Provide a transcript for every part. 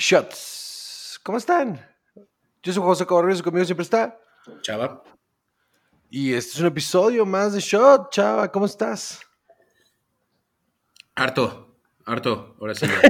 Shots. ¿Cómo están? Yo soy José Cabarrero y conmigo siempre está. Chava. Y este es un episodio más de Shot, chava. ¿Cómo estás? Harto, ahora sí ya.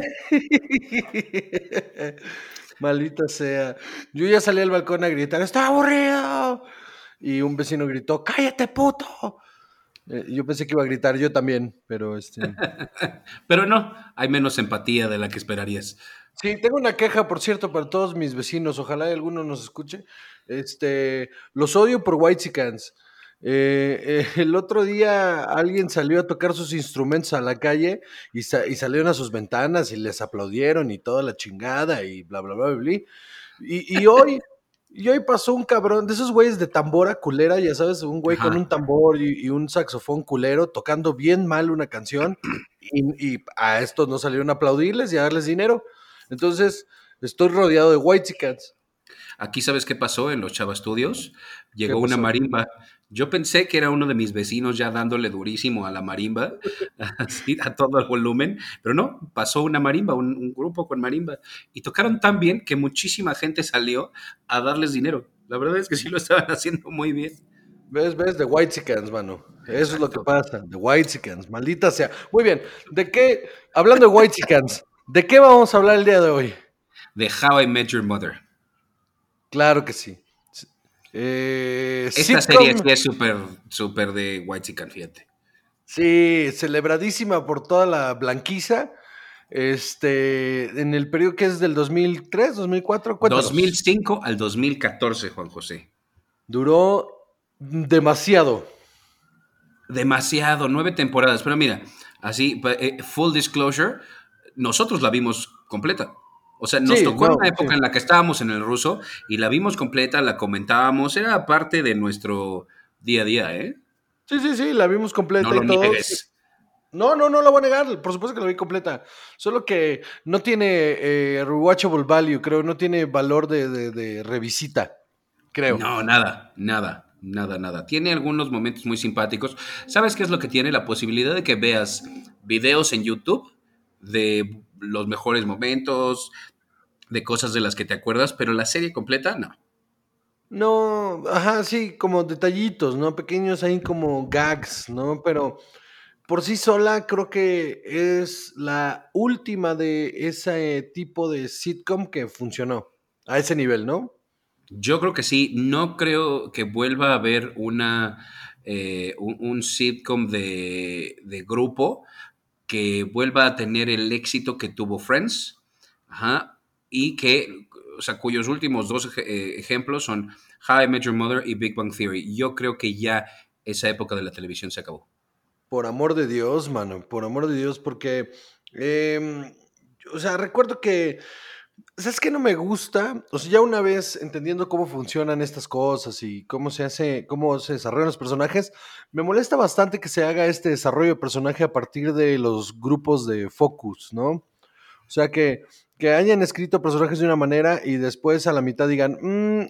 Maldita sea. Yo ya salí al balcón a gritar, ¡está aburrido! Y un vecino gritó, ¡cállate, puto! Yo pensé que iba a gritar yo también, pero Pero no, hay menos empatía de la que esperarías. Sí, tengo una queja, por cierto, para todos mis vecinos. Ojalá alguno nos escuche. Los odio por whitexicans. El otro día alguien salió a tocar sus instrumentos a la calle y salieron a sus ventanas y les aplaudieron y toda la chingada y bla, bla, bla, bla, bla. Y hoy pasó un cabrón de esos güeyes de tambora culera, ya sabes, un güey con un Ajá. tambor y un saxofón culero tocando bien mal una canción y a estos no salieron a aplaudirles y a darles dinero. Entonces, estoy rodeado de whitexicans. Aquí sabes qué pasó en los Chava Studios. ¿Qué Llegó una pasó? marimba. Yo pensé que era uno de mis vecinos ya dándole durísimo a la marimba, así a todo el volumen, pero no, pasó una marimba, un grupo con marimba, y tocaron tan bien que muchísima gente salió a darles dinero. La verdad es que sí lo estaban haciendo muy bien. ¿Ves? De whitexicans, mano. Eso es lo que Exacto. pasa, de whitexicans, maldita sea. Muy bien, hablando de whitexicans, ¿de qué vamos a hablar el día de hoy? De How I Met Your Mother. Claro que sí. Esta serie Sitcom, sí es súper de White Chicken, fíjate. sí, celebradísima por toda la blanquiza. En el periodo que es del 2003, 2004, cuéntanos. 2005 al 2014, Juan José. Duró demasiado. Demasiado, 9 temporadas. Pero mira, así, full disclosure, nosotros la vimos completa. O sea, nos Sí, tocó en no, una sí. época en la que estábamos en el ruso y la vimos completa, la comentábamos, era parte de nuestro día a día, ¿eh? Sí, la vimos No completa lo y todo. niegues. No la voy a negar, por supuesto que la vi completa. Solo que no tiene rewatchable value, creo, no tiene valor de revisita, creo. No, nada. Tiene algunos momentos muy simpáticos. ¿Sabes qué es lo que tiene? La posibilidad de que veas videos en YouTube de los mejores momentos, de cosas de las que te acuerdas, pero la serie completa, no. No, ajá, sí, como detallitos, ¿no? Pequeños ahí como gags, ¿no? Pero por sí sola creo que es la última de ese tipo de sitcom que funcionó a ese nivel, ¿no? Yo creo que sí, no creo que vuelva a haber un sitcom de grupo que vuelva a tener el éxito que tuvo Friends, ajá, y que, o sea, cuyos últimos dos ejemplos son How I Met Your Mother y Big Bang Theory. Yo creo que ya esa época de la televisión se acabó. Por amor de Dios, mano, por amor de Dios, porque, em, o sea, recuerdo que, ¿sabes qué no me gusta? O sea, ya una vez entendiendo cómo funcionan estas cosas y cómo se desarrollan los personajes, me molesta bastante que se haga este desarrollo de personaje a partir de los grupos de focus, ¿no? O sea, que hayan escrito personajes de una manera y después a la mitad digan,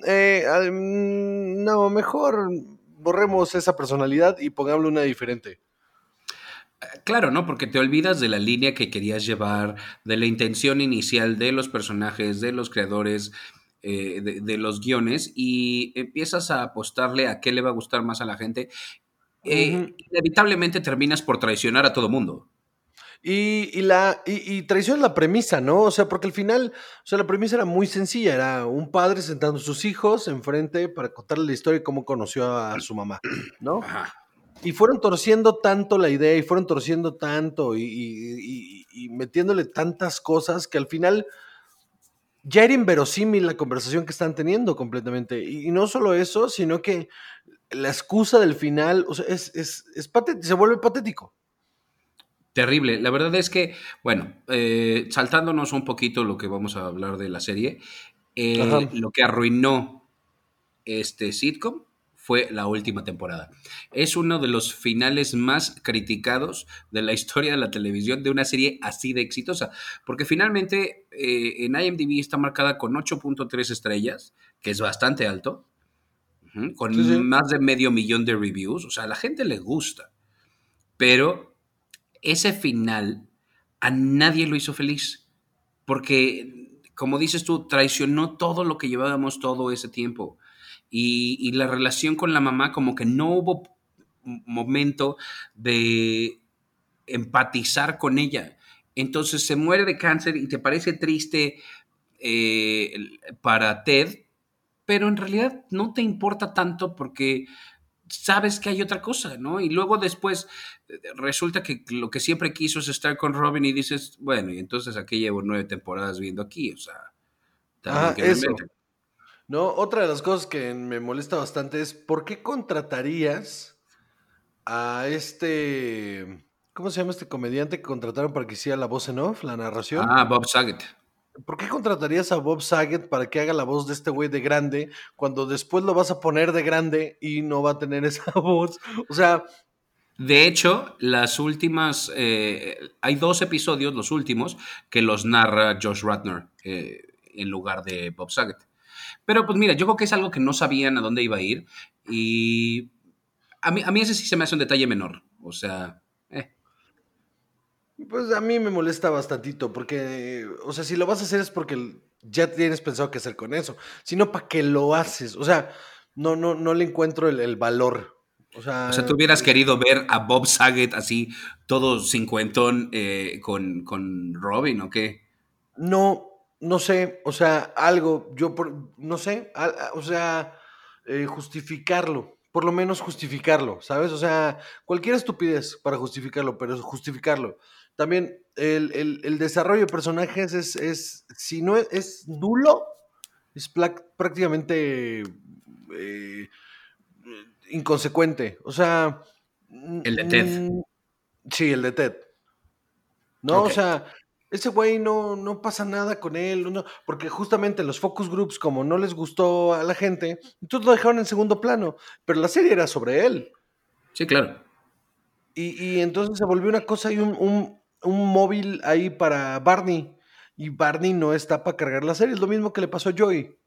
no, mejor borremos esa personalidad y pongámosle una diferente. Claro, ¿no? Porque te olvidas de la línea que querías llevar, de la intención inicial de los personajes, de los creadores, de los guiones, y empiezas a apostarle a qué le va a gustar más a la gente. Ujú. Inevitablemente terminas por traicionar a todo mundo. Y traiciona la premisa, ¿no? O sea, porque al final, o sea, la premisa era muy sencilla, era un padre sentando a sus hijos enfrente para contarle la historia de cómo conoció a su mamá, ¿no? Ajá. Y fueron torciendo tanto la idea y fueron torciendo tanto y metiéndole tantas cosas que al final ya era inverosímil la conversación que están teniendo completamente. Y no solo eso, sino que la excusa del final, o sea, se vuelve patético. Terrible. La verdad es que, bueno, saltándonos un poquito lo que vamos a hablar de la serie, Ajá. lo que arruinó este sitcom fue la última temporada. Es uno de los finales más criticados de la historia de la televisión de una serie así de exitosa, porque finalmente en IMDb está marcada con 8.3 estrellas, que es bastante alto, Sí, con sí. más de medio millón de reviews, o sea, a la gente le gusta, pero ese final a nadie lo hizo feliz, porque como dices tú, traicionó todo lo que llevábamos todo ese tiempo. Y la relación con la mamá, como que no hubo momento de empatizar con ella. Entonces se muere de cáncer y te parece triste para Ted, pero en realidad no te importa tanto porque sabes que hay otra cosa, ¿no? Y luego después resulta que lo que siempre quiso es estar con Robin y dices, bueno, y entonces aquí llevo 9 temporadas viendo aquí, o sea, también Ajá, que no eso. inventen. No, otra de las cosas que me molesta bastante es ¿por qué contratarías a ¿cómo se llama este comediante que contrataron para que hiciera la voz en off, la narración? Ah, Bob Saget. ¿Por qué contratarías a Bob Saget para que haga la voz de este güey de grande cuando después lo vas a poner de grande y no va a tener esa voz? O sea, De hecho, las últimas, hay 2 episodios, los últimos, que los narra Josh Radnor en lugar de Bob Saget. Pero pues mira, yo creo que es algo que no sabían a dónde iba a ir y a mí ese sí se me hace un detalle menor. O sea, pues a mí me molesta bastantito porque, o sea, si lo vas a hacer es porque ya tienes pensado qué hacer con eso. Si no, ¿para qué lo haces? O sea, no le encuentro el valor. O O sea, sea, tú hubieras querido ver a Bob Saget así, todo cincuentón con Robin, ¿o qué? no sé, o sea, algo, no sé, o sea, justificarlo, por lo menos justificarlo, ¿sabes? O sea, cualquier estupidez para justificarlo, pero justificarlo. También el desarrollo de personajes si no es nulo, es prácticamente inconsecuente. O sea, El de Ted. sí, el de Ted. No, o Ok. sea, ese güey no pasa nada con él, no, porque justamente los focus groups, como no les gustó a la gente, entonces lo dejaron en segundo plano, pero la serie era sobre él. Sí, claro. Y entonces se volvió una cosa y un móvil ahí para Barney. Y Barney no está para cargar la serie, es lo mismo que le pasó a Joey.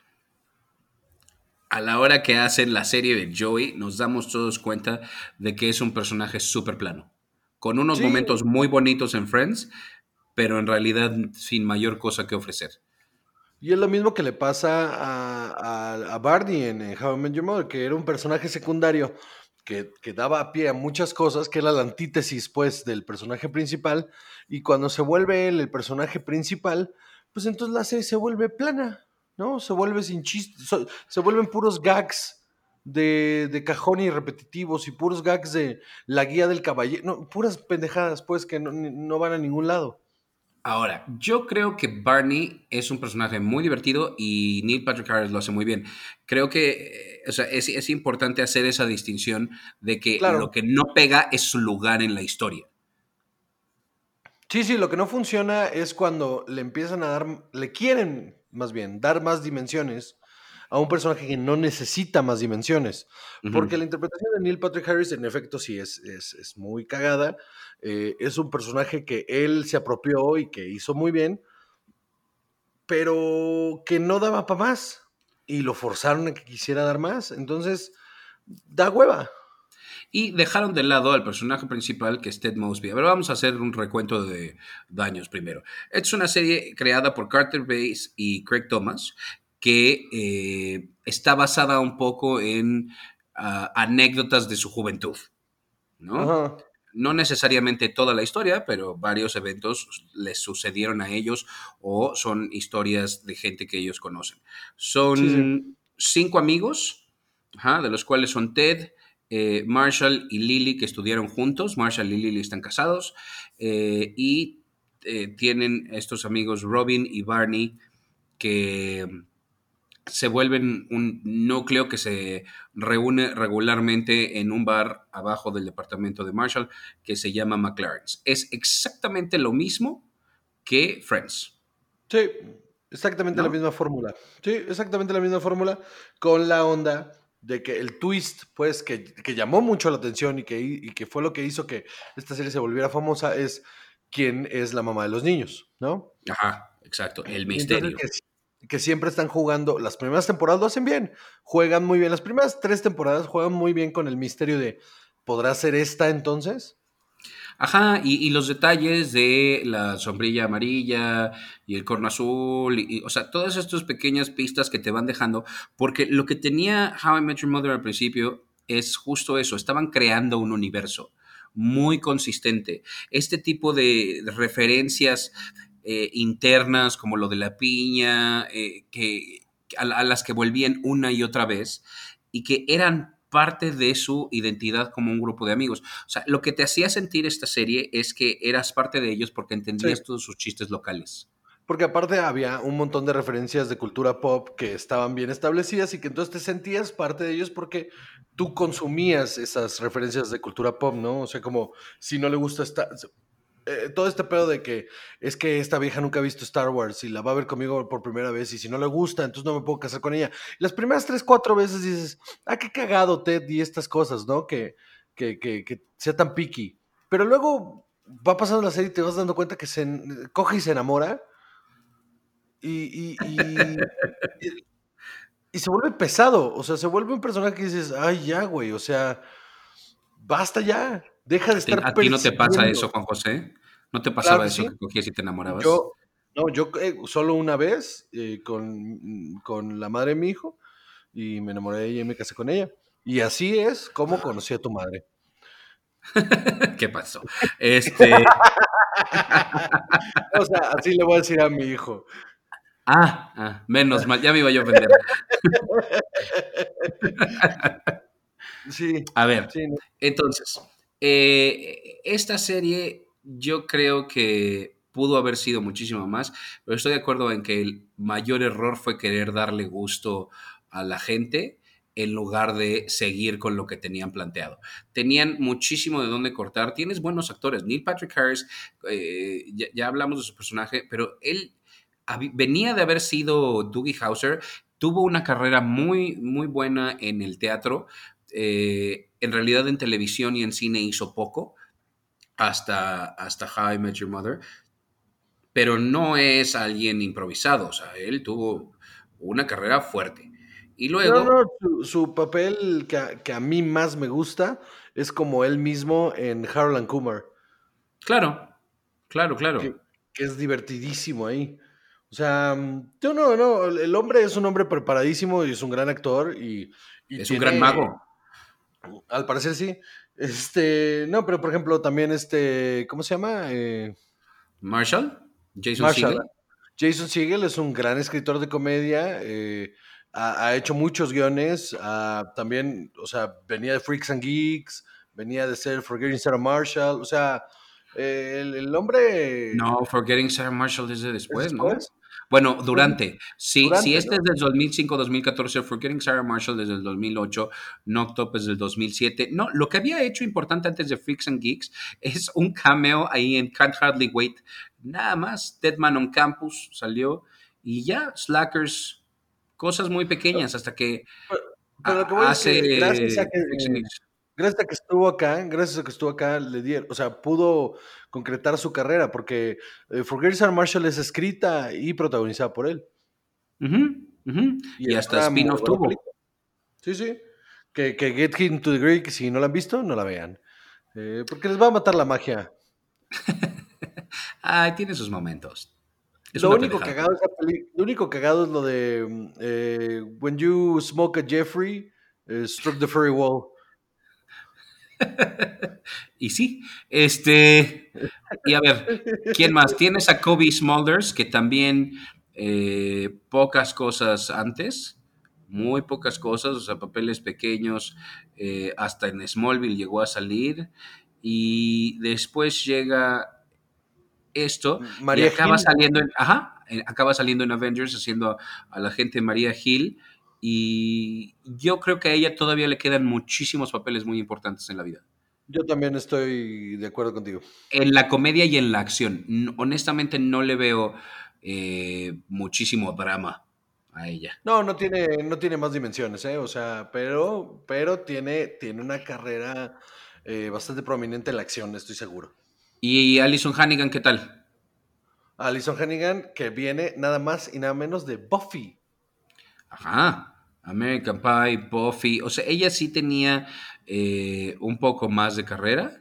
A la hora que hacen la serie de Joey, nos damos todos cuenta de que es un personaje súper plano. Con unos Sí, momentos muy bonitos en Friends, pero en realidad sin mayor cosa que ofrecer. y es lo mismo que le pasa a Barney en How I Met Your Mother, que era un personaje secundario que daba pie a muchas cosas, que era la antítesis, pues, del personaje principal, y cuando se vuelve él el personaje principal, pues entonces la serie se vuelve plana, ¿no? Se vuelve sin chistes, se vuelven puros gags de cajón y repetitivos, y puros gags de la guía del caballero, no, puras pendejadas, pues, que no van a ningún lado. Ahora, yo creo que Barney es un personaje muy divertido y Neil Patrick Harris lo hace muy bien. Creo que, o sea, es importante hacer esa distinción de que lo Claro. que no pega es su lugar en la historia. Sí, sí, lo que no funciona es cuando le empiezan a le quieren más bien dar más dimensiones a un personaje que no necesita más dimensiones. Ujú. Porque la interpretación de Neil Patrick Harris, en efecto, sí es muy cagada. Es un personaje que él se apropió y que hizo muy bien, pero que no daba para más. Y lo forzaron a que quisiera dar más. Entonces, da hueva. Y dejaron de lado al personaje principal, que es Ted Mosby. A ver, vamos a hacer un recuento de daños primero. Esta es una serie creada por Carter Bass y Craig Thomas, que está basada un poco en anécdotas de su juventud, ¿no? Ajá. No necesariamente toda la historia, pero varios eventos les sucedieron a ellos o son historias de gente que ellos conocen. Sí, sí. Son 5 amigos, ajá, de los cuales son Ted, Marshall y Lily, que estudiaron juntos. Marshall y Lily están casados y tienen estos amigos Robin y Barney que se vuelven un núcleo que se reúne regularmente en un bar abajo del departamento de Marshall que se llama McLaren's. Es exactamente lo mismo que Friends, Sí, exactamente la ¿no? misma fórmula. Sí, exactamente la misma fórmula, con la onda de que el twist, pues, que llamó mucho la atención y que fue lo que hizo que esta serie se volviera famosa, es quién es la mamá de los niños, ¿no? Ajá, exacto, el Y entonces misterio. que siempre están jugando, las primeras temporadas lo hacen bien, juegan muy bien, las primeras 3 temporadas juegan muy bien con el misterio de, ¿podrá ser esta entonces? Ajá, y los detalles de la sombrilla amarilla y el corno azul, o sea, todas estas pequeñas pistas que te van dejando, porque lo que tenía How I Met Your Mother al principio es justo eso, estaban creando un universo muy consistente. Este tipo de referencias internas, como lo de la piña, a las que volvían una y otra vez, y que eran parte de su identidad como un grupo de amigos. O sea, lo que te hacía sentir esta serie es que eras parte de ellos porque Sí. entendías todos sus chistes locales. Porque aparte había un montón de referencias de cultura pop que estaban bien establecidas y que entonces te sentías parte de ellos porque tú consumías esas referencias de cultura pop, ¿no? O sea, como si no le gusta todo este pedo de que es que esta vieja nunca ha visto Star Wars y la va a ver conmigo por primera vez y si no le gusta, entonces no me puedo casar con ella. Y las primeras 3, 4 veces dices, ah, qué cagado Ted y estas cosas, ¿no? Que sea tan picky. Pero luego va pasando la serie y te vas dando cuenta que coge y se enamora y, y, y se vuelve pesado, o sea, se vuelve un personaje que dices, ay, ya, güey, o sea, basta ya, deja de estar A ti no te pasa eso, persiguiendo. Juan José? ¿No te Claro pasaba que eso sí. que cogías y te enamorabas? Yo, no, yo solo una vez con la madre de mi hijo y me enamoré de ella y me casé con ella. Y así es como conocí a tu madre. ¿Qué pasó? Este, O sea, así le voy a decir a mi hijo. menos mal, ya me iba yo a ofender. Sí, A ver, sí, no. entonces, esta serie yo creo que pudo haber sido muchísimo más, pero estoy de acuerdo en que el mayor error fue querer darle gusto a la gente en lugar de seguir con lo que tenían planteado. Tenían muchísimo de dónde cortar, tienes buenos actores, Neil Patrick Harris, ya hablamos de su personaje, pero él venía de haber sido Doogie Howser, tuvo una carrera muy, muy buena en el teatro, en realidad en televisión y en cine hizo poco, hasta How I Met Your Mother, pero no es alguien improvisado, o sea, él tuvo una carrera fuerte. Y No, no, luego, su papel que a mí más me gusta es como él mismo en Harold and Kumar, claro, claro, que, claro, que es divertidísimo ahí. O sea, yo no, el hombre es un hombre preparadísimo y es un gran actor y es un gran tiene, mago. al parecer sí, no, pero por ejemplo también ¿cómo se llama? Marshall, Jason Marshall. Segel. Jason Segel es un gran escritor de comedia, ha hecho muchos guiones, también, o sea, venía de Freaks and Geeks, venía de ser Forgetting Sarah Marshall, o sea, el hombre No, Forgetting Sarah Marshall desde es después, ¿no? después, Bueno, después durante. Si durante, este es ¿no? del 2005-2014, Forgetting Sarah Marshall desde el 2008, Knocked Up es del 2007. No, lo que había hecho importante antes de Freaks and Geeks es un cameo ahí en Can't Hardly Wait. Nada más, Dead Man on Campus salió y ya, Slackers, cosas muy pequeñas hasta que Pero, pero lo que voy es hace que Freaks and Geeks. gracias a que estuvo acá, le dieron, o sea, pudo concretar su carrera, porque Forgetting Sarah Marshall es escrita y protagonizada por él. Ujú, ujú. Y Y es hasta una muy spin-off buena tuvo. película. Sí, sí. Que Get Him to the Greek, si no la han visto, no la vean. Porque les va a matar la magia. Ay, tiene sus momentos. Es Lo una único pendejada. cagado, lo único cagado es lo de When you smoke a Jeffrey, struck the furry wall. Y sí, y a ver, ¿quién más? Tienes a Kobe Smulders, que también pocas cosas antes, muy pocas cosas, o sea, papeles pequeños, hasta en Smallville llegó a salir, y después llega esto y María Gil. acaba saliendo en Avengers haciendo a la gente María Hill, y yo creo que a ella todavía le quedan muchísimos papeles muy importantes en la vida. Yo también estoy de acuerdo contigo. En la comedia y en la acción. Honestamente no le veo muchísimo drama a ella. No, no tiene más dimensiones, ¿eh? O sea, pero tiene una carrera bastante prominente en la acción, estoy seguro. ¿Y Alison Hannigan qué tal? Alison Hannigan, que viene nada más y nada menos de Buffy. Ajá. American Pie, Buffy. O sea, ella sí tenía un poco más de carrera.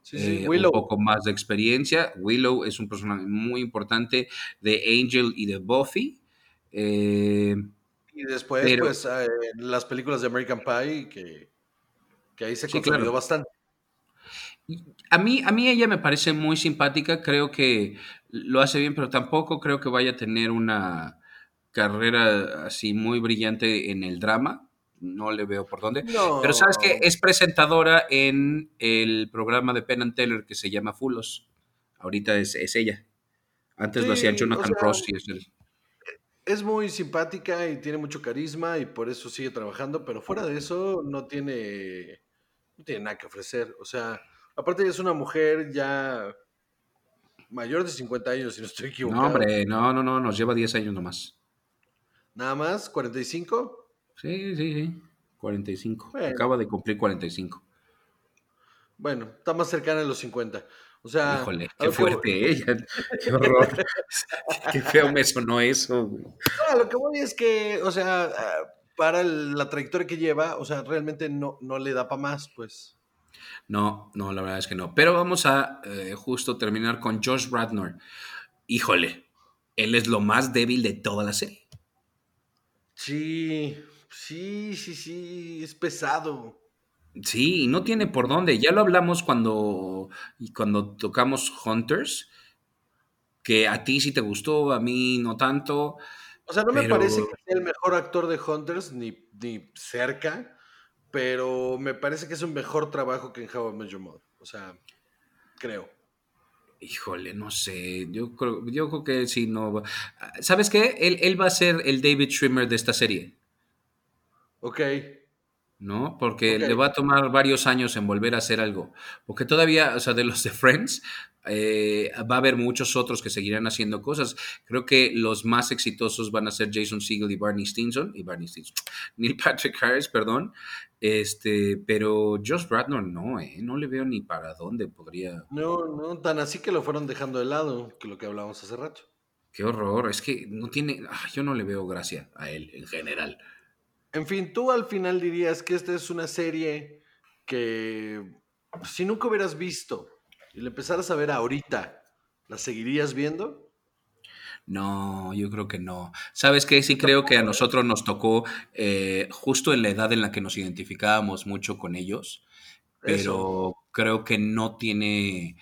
Sí, sí, un Willow. poco más de experiencia. Willow es un personaje muy importante de Angel y de Buffy. Eh, Y después, pero pues, las películas de American Pie, que ahí se sí, claro. consolidó bastante. Y a mí ella me parece muy simpática, creo que lo hace bien, pero tampoco creo que vaya a tener una carrera así muy brillante en el drama. No le veo por dónde. Pero sabes que No. es presentadora en el programa de Penn and Teller que se llama Fulos. Ahorita es ella. Antes lo hacía Sí, o Jonathan sea, Ross y es el... es muy simpática y tiene mucho carisma y por eso sigue trabajando, pero fuera de eso no tiene nada que ofrecer. O sea, aparte es una mujer ya mayor de 50 años, si no estoy No, equivocado. hombre, no, no, no, nos lleva 10 años nomás. Nada más, 45. Sí, sí, sí. 45. Bueno, Acaba de cumplir 45. bueno, está más cercana a los 50. O sea, Híjole, a qué lo que, fuerte ella. Qué horror. Qué feo me sonó eso, güey. a lo que voy es que, o sea, para la trayectoria que lleva, o sea, realmente no le da para más, pues. No, no, la verdad es que no. Pero vamos a justo terminar con Josh Radnor. Híjole, él es lo más débil de toda la serie. Sí, sí, sí, sí, es pesado. Sí, y no tiene por dónde. Ya lo hablamos cuando tocamos Hunters, que a ti sí te gustó, a mí no tanto, O sea, no me parece pero que sea el mejor actor de Hunters, ni cerca, pero me parece que es un mejor trabajo que en How I Met Your Mother. O sea, creo. híjole, no sé. Yo creo que sí, no. ¿Sabes qué? Él va a ser el David Schwimmer de esta serie. Ok, ¿No? Porque ok. le va a tomar varios años en volver a hacer algo. Porque todavía, o sea, de los de Friends, va a haber muchos otros que seguirán haciendo cosas. Creo que los más exitosos van a ser Jason Segel y Barney Stinson, Neil Patrick Harris, perdón. Pero Josh Radnor no, no le veo ni para dónde podría. No, no, tan así que lo fueron dejando de lado, que lo que hablábamos hace rato. Qué horror, es que no tiene, yo no le veo gracia a él en general. En fin, tú al final dirías que esta es una serie que si nunca hubieras visto y la empezaras a ver ahorita, ¿la seguirías viendo? No, yo creo que no. ¿Sabes qué? Sí Yo creo que a tampoco, ¿eh? nosotros nos tocó justo en la edad en la que nos identificábamos mucho con ellos, Eso. pero creo que no tiene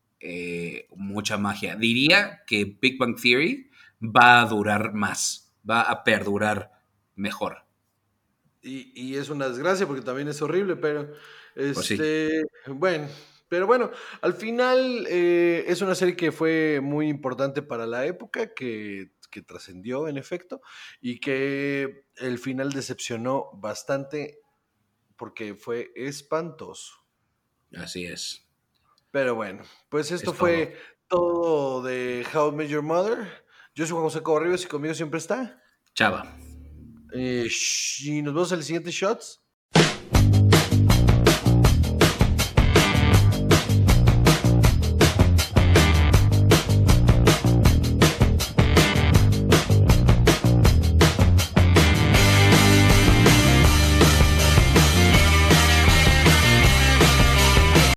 mucha magia. Diría que Big Bang Theory va a durar más, va a perdurar mejor. Y es una desgracia porque también es horrible, pero Pues sí, bueno, pero bueno, al final es una serie que fue muy importante para la época, que trascendió en efecto, y que el final decepcionó bastante porque fue espantoso. así es. Pero bueno, pues esto Es todo. fue todo de How I Met Your Mother. Yo soy Juan José Cobarrios y conmigo siempre está. Chava. Y nos vemos en el siguiente Shots.